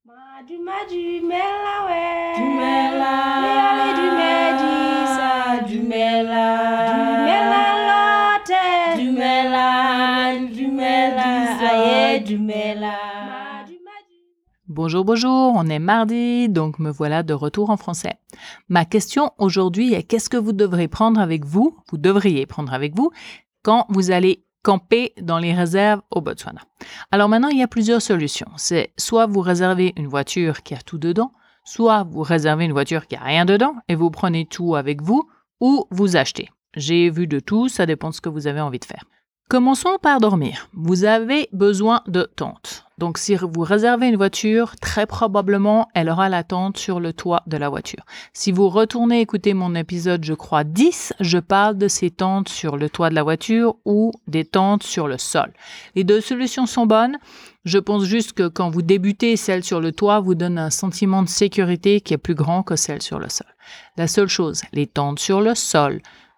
Dumela we. Dumela. Yale dumedi sa. Dumela. Dumela lote. Dumela. Dumela. Aye dumela. Bonjour, bonjour, on est mardi, donc me voilà de retour en français. Ma question aujourd'hui est qu'est-ce que vous devriez prendre avec vous quand vous allez camper dans les réserves au Botswana. Alors maintenant, il y a plusieurs solutions. C'est soit vous réservez une voiture qui a tout dedans, soit vous réservez une voiture qui a rien dedans et vous prenez tout avec vous, ou vous achetez. J'ai vu de tout, ça dépend de ce que vous avez envie de faire. Commençons par dormir. Vous avez besoin de tente. Donc, si vous réservez une voiture, très probablement, elle aura la tente sur le toit de la voiture. Si vous retournez écouter mon épisode, je crois 10, je parle de ces tentes sur le toit de la voiture ou des tentes sur le sol. Les deux solutions sont bonnes. Je pense juste que quand vous débutez, celle sur le toit vous donne un sentiment de sécurité qui est plus grand que celle sur le sol. La seule chose, les tentes sur le sol,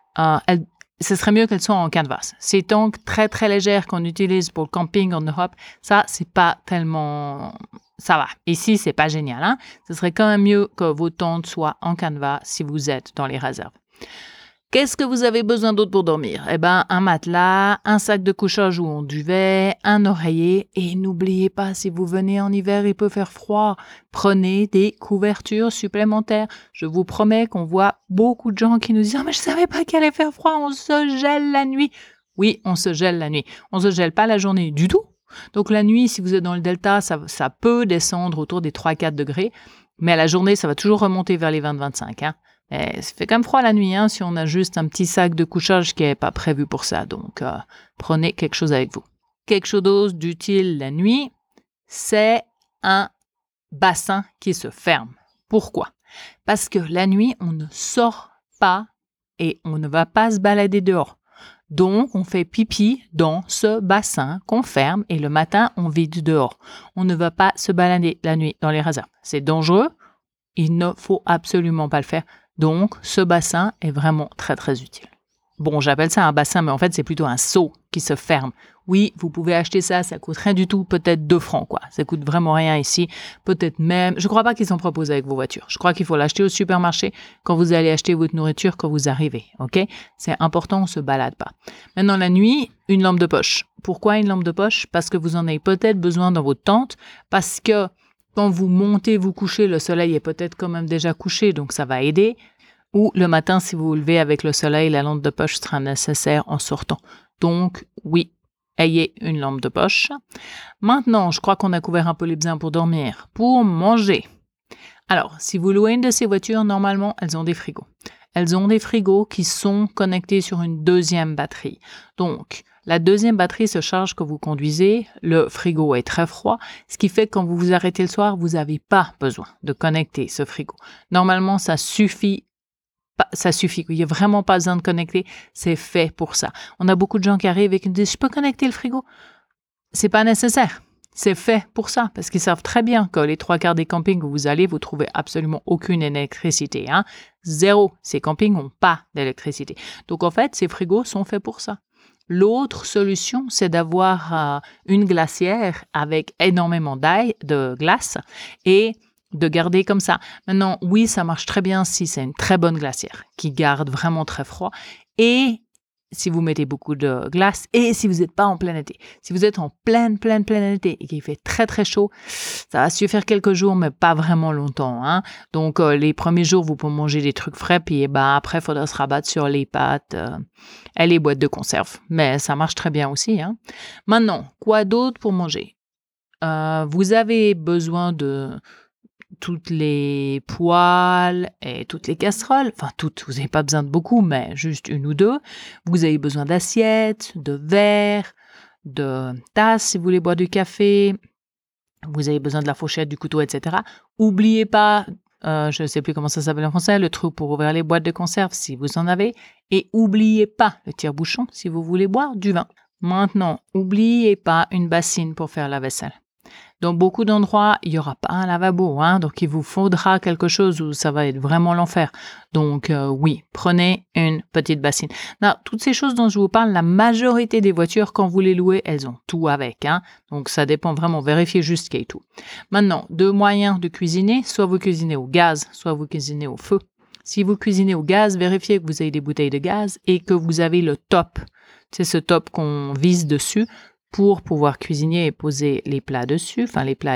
ce serait mieux qu'elles soient en canvas. Ces tentes très très légères qu'on utilise pour le camping en Europe, ça c'est pas tellement, ça va. Ici c'est pas génial, hein. Ce serait quand même mieux que vos tentes soient en canvas si vous êtes dans les réserves. Qu'est-ce que vous avez besoin d'autre pour dormir? Eh ben, un matelas, un sac de couchage ou en duvet, un oreiller et n'oubliez pas, si vous venez en hiver, il peut faire froid. Prenez des couvertures supplémentaires. Je vous promets qu'on voit beaucoup de gens qui nous disent « Ah, mais je savais pas qu'il allait faire froid, on se gèle la nuit. » Oui, on se gèle la nuit. On se gèle pas la journée du tout. Donc la nuit, si vous êtes dans le delta, ça peut descendre autour des 3-4 degrés. Mais à la journée, ça va toujours remonter vers les 20-25, hein. Et ça fait quand même froid la nuit, hein, si on a juste un petit sac de couchage qui n'est pas prévu pour ça. Donc, prenez quelque chose avec vous. Quelque chose d'utile la nuit, c'est un bassin qui se ferme. Pourquoi? Parce que la nuit, on ne sort pas et on ne va pas se balader dehors. Donc, on fait pipi dans ce bassin qu'on ferme et le matin, on vide dehors. On ne va pas se balader la nuit dans les réserves. C'est dangereux. Il ne faut absolument pas le faire. Donc, ce bassin est vraiment très, très utile. Bon, j'appelle ça un bassin, mais en fait, c'est plutôt un seau qui se ferme. Oui, vous pouvez acheter ça coûte rien du tout, peut-être 2 francs, quoi. Ça coûte vraiment rien ici. Peut-être même, je crois pas qu'ils s'en proposent avec vos voitures. Je crois qu'il faut l'acheter au supermarché quand vous allez acheter votre nourriture quand vous arrivez, ok? C'est important, on se balade pas. Maintenant, la nuit, une lampe de poche. Pourquoi une lampe de poche? Parce que vous en avez peut-être besoin dans votre tente, parce que quand vous montez, vous couchez, le soleil est peut-être quand même déjà couché, donc ça va aider. Ou le matin, si vous vous levez avec le soleil, la lampe de poche sera nécessaire en sortant. Donc, oui, ayez une lampe de poche. Maintenant, je crois qu'on a couvert un peu les besoins pour dormir. Pour manger. Alors, si vous louez une de ces voitures, normalement, elles ont des frigos. Elles ont des frigos qui sont connectés sur une deuxième batterie. Donc, la deuxième batterie se charge quand vous conduisez, le frigo est très froid, ce qui fait que quand vous vous arrêtez le soir, vous n'avez pas besoin de connecter ce frigo. Normalement, ça suffit. Il n'y a vraiment pas besoin de connecter, c'est fait pour ça. On a beaucoup de gens qui arrivent et qui nous disent « Je peux connecter le frigo ?» C'est pas nécessaire. C'est fait pour ça, parce qu'ils savent très bien que les 3/4 des campings où vous allez, vous trouvez absolument aucune électricité, hein. Zéro. Ces campings n'ont pas d'électricité. Donc, en fait, ces frigos sont faits pour ça. L'autre solution, c'est d'avoir une glacière avec énormément de glace et de garder comme ça. Maintenant, oui, ça marche très bien si c'est une très bonne glacière qui garde vraiment très froid et si vous mettez beaucoup de glace et si vous n'êtes pas en plein été. Si vous êtes en plein été et qu'il fait très très chaud, ça va suffire quelques jours, mais pas vraiment longtemps, hein. Donc, les premiers jours, vous pouvez manger des trucs frais, puis après, il faudra se rabattre sur les pâtes et les boîtes de conserve. Mais ça marche très bien aussi, hein. Maintenant, quoi d'autre pour manger? Vous avez besoin de toutes les poêles et toutes les casseroles, enfin toutes, vous n'avez pas besoin de beaucoup, mais juste une ou deux. Vous avez besoin d'assiettes, de verres, de tasses si vous voulez boire du café. Vous avez besoin de la fourchette, du couteau, etc. Oubliez pas, je ne sais plus comment ça s'appelle en français, le trou pour ouvrir les boîtes de conserve si vous en avez. Et oubliez pas le tire-bouchon si vous voulez boire du vin. Maintenant, oubliez pas une bassine pour faire la vaisselle. Dans beaucoup d'endroits, il n'y aura pas un lavabo, donc il vous faudra quelque chose où ça va être vraiment l'enfer. Donc oui, prenez une petite bassine. Non, toutes ces choses dont je vous parle, la majorité des voitures, quand vous les louez, elles ont tout avec. Donc ça dépend vraiment, vérifiez juste qu'il y ait tout. Maintenant, 2 moyens de cuisiner, soit vous cuisinez au gaz, soit vous cuisinez au feu. Si vous cuisinez au gaz, vérifiez que vous avez des bouteilles de gaz et que vous avez le top. C'est ce top qu'on visse dessus pour pouvoir cuisiner et poser les plats dessus,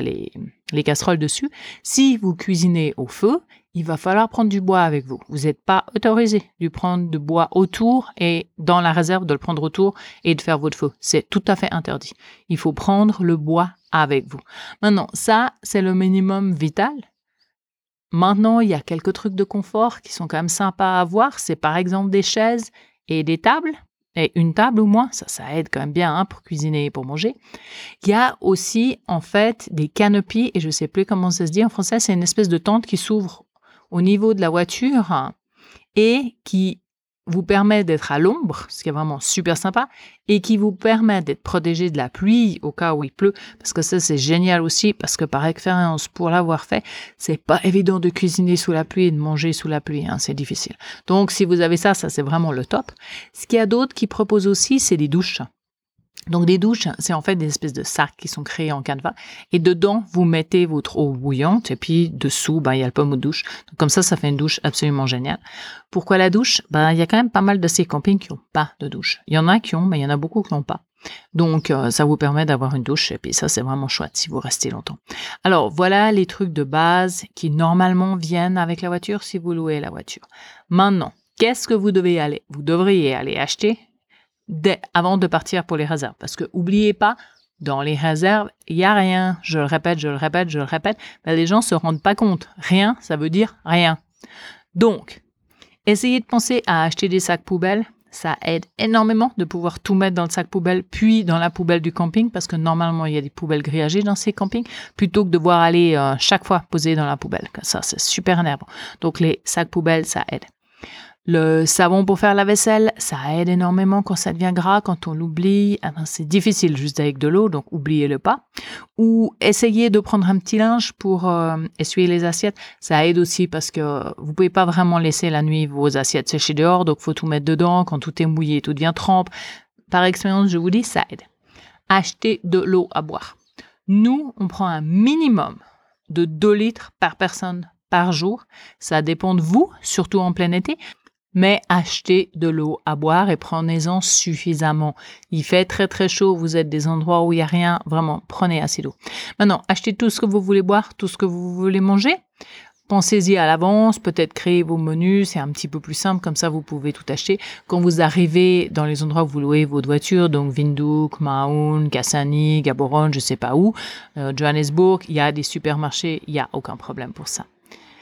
les casseroles dessus. Si vous cuisinez au feu, il va falloir prendre du bois avec vous. Vous n'êtes pas autorisé de prendre du bois autour et dans la réserve de le prendre autour et de faire votre feu. C'est tout à fait interdit. Il faut prendre le bois avec vous. Maintenant, ça, c'est le minimum vital. Maintenant, il y a quelques trucs de confort qui sont quand même sympas à avoir. C'est par exemple des chaises et des tables. Et une table au moins, ça aide quand même bien pour cuisiner et pour manger. Il y a aussi en fait des canopies, et je ne sais plus comment ça se dit en français, c'est une espèce de tente qui s'ouvre au niveau de la voiture et qui vous permet d'être à l'ombre, ce qui est vraiment super sympa, et qui vous permet d'être protégé de la pluie au cas où il pleut, parce que ça c'est génial aussi, parce que par expérience, pour l'avoir fait, c'est pas évident de cuisiner sous la pluie et de manger sous la pluie, c'est difficile. Donc si vous avez ça c'est vraiment le top. Ce qu'il y a d'autre qui propose aussi, c'est des douches. Donc des douches, c'est en fait des espèces de sacs qui sont créés en canevas et dedans, vous mettez votre eau bouillante et puis dessous, il y a le pommeau de douche. Donc comme ça fait une douche absolument géniale. Pourquoi la douche? Il y a quand même pas mal de ces campings qui n'ont pas de douche. Il y en a qui ont, mais il y en a beaucoup qui n'ont pas. Donc ça vous permet d'avoir une douche et puis ça c'est vraiment chouette si vous restez longtemps. Alors voilà les trucs de base qui normalement viennent avec la voiture si vous louez la voiture. Maintenant, qu'est-ce que vous devez aller? Vous devriez aller acheter avant de partir pour les réserves. Parce que, oubliez pas, dans les réserves, il n'y a rien. Je le répète, mais les gens ne se rendent pas compte. Rien, ça veut dire rien. Donc, essayez de penser à acheter des sacs poubelles. Ça aide énormément de pouvoir tout mettre dans le sac poubelle, puis dans la poubelle du camping, parce que normalement, il y a des poubelles grillagées dans ces campings, plutôt que de devoir aller chaque fois poser dans la poubelle. Ça, c'est super énervant. Donc, les sacs poubelles, ça aide. Le savon pour faire la vaisselle, ça aide énormément quand ça devient gras, quand on l'oublie. C'est difficile juste avec de l'eau, donc oubliez-le pas. Ou essayez de prendre un petit linge pour essuyer les assiettes. Ça aide aussi parce que vous pouvez pas vraiment laisser la nuit vos assiettes sécher dehors, donc faut tout mettre dedans. Quand tout est mouillé, tout devient trempe. Par expérience, je vous dis, ça aide. Achetez de l'eau à boire. Nous, on prend un minimum de 2 litres par personne par jour. Ça dépend de vous, surtout en plein été. Mais achetez de l'eau à boire et prenez-en suffisamment. Il fait très très chaud, vous êtes des endroits où il n'y a rien, vraiment, prenez assez d'eau. Maintenant, achetez tout ce que vous voulez boire, tout ce que vous voulez manger. Pensez-y à l'avance, peut-être créer vos menus, c'est un petit peu plus simple, comme ça vous pouvez tout acheter. Quand vous arrivez dans les endroits où vous louez votre voiture, donc Windhoek, Maun, Kasani, Gaborone, je sais pas où, Johannesburg, il y a des supermarchés, il n'y a aucun problème pour ça.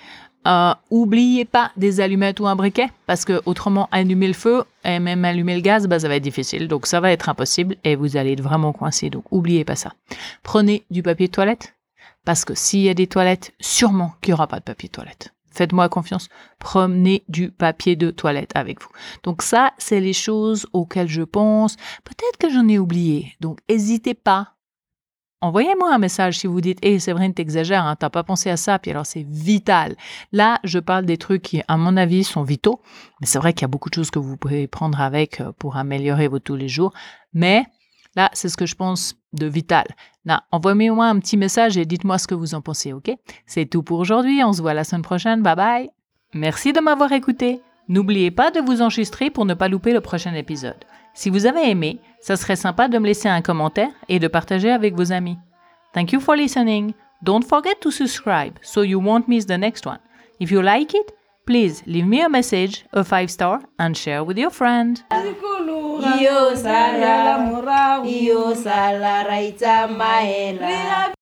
Oubliez pas des allumettes ou un briquet, parce que autrement allumer le feu et même allumer le gaz, ça va être difficile, donc ça va être impossible et vous allez être vraiment coincé, donc oubliez pas ça. Prenez du papier de toilette, parce que s'il y a des toilettes, sûrement qu'il n'y aura pas de papier de toilette. Faites-moi confiance, prenez du papier de toilette avec vous. Donc ça, c'est les choses auxquelles je pense. Peut-être que j'en ai oublié, donc n'hésitez pas. Envoyez-moi un message si vous dites « Hey, Séverine, t'exagères, t'as pas pensé à ça », puis alors c'est vital. Là, je parle des trucs qui, à mon avis, sont vitaux, mais c'est vrai qu'il y a beaucoup de choses que vous pouvez prendre avec pour améliorer vos tous les jours, mais là, c'est ce que je pense de vital. Là, envoyez-moi un petit message et dites-moi ce que vous en pensez, ok? C'est tout pour aujourd'hui, on se voit la semaine prochaine, bye bye! Merci de m'avoir écouté. N'oubliez pas de vous enregistrer pour ne pas louper le prochain épisode. Si vous avez aimé, ça serait sympa de me laisser un commentaire et de partager avec vos amis. Thank you for listening. Don't forget to subscribe so you won't miss the next one. If you like it, please leave me a message, a 5-star, and share with your friend. Iyo sala raita mahela.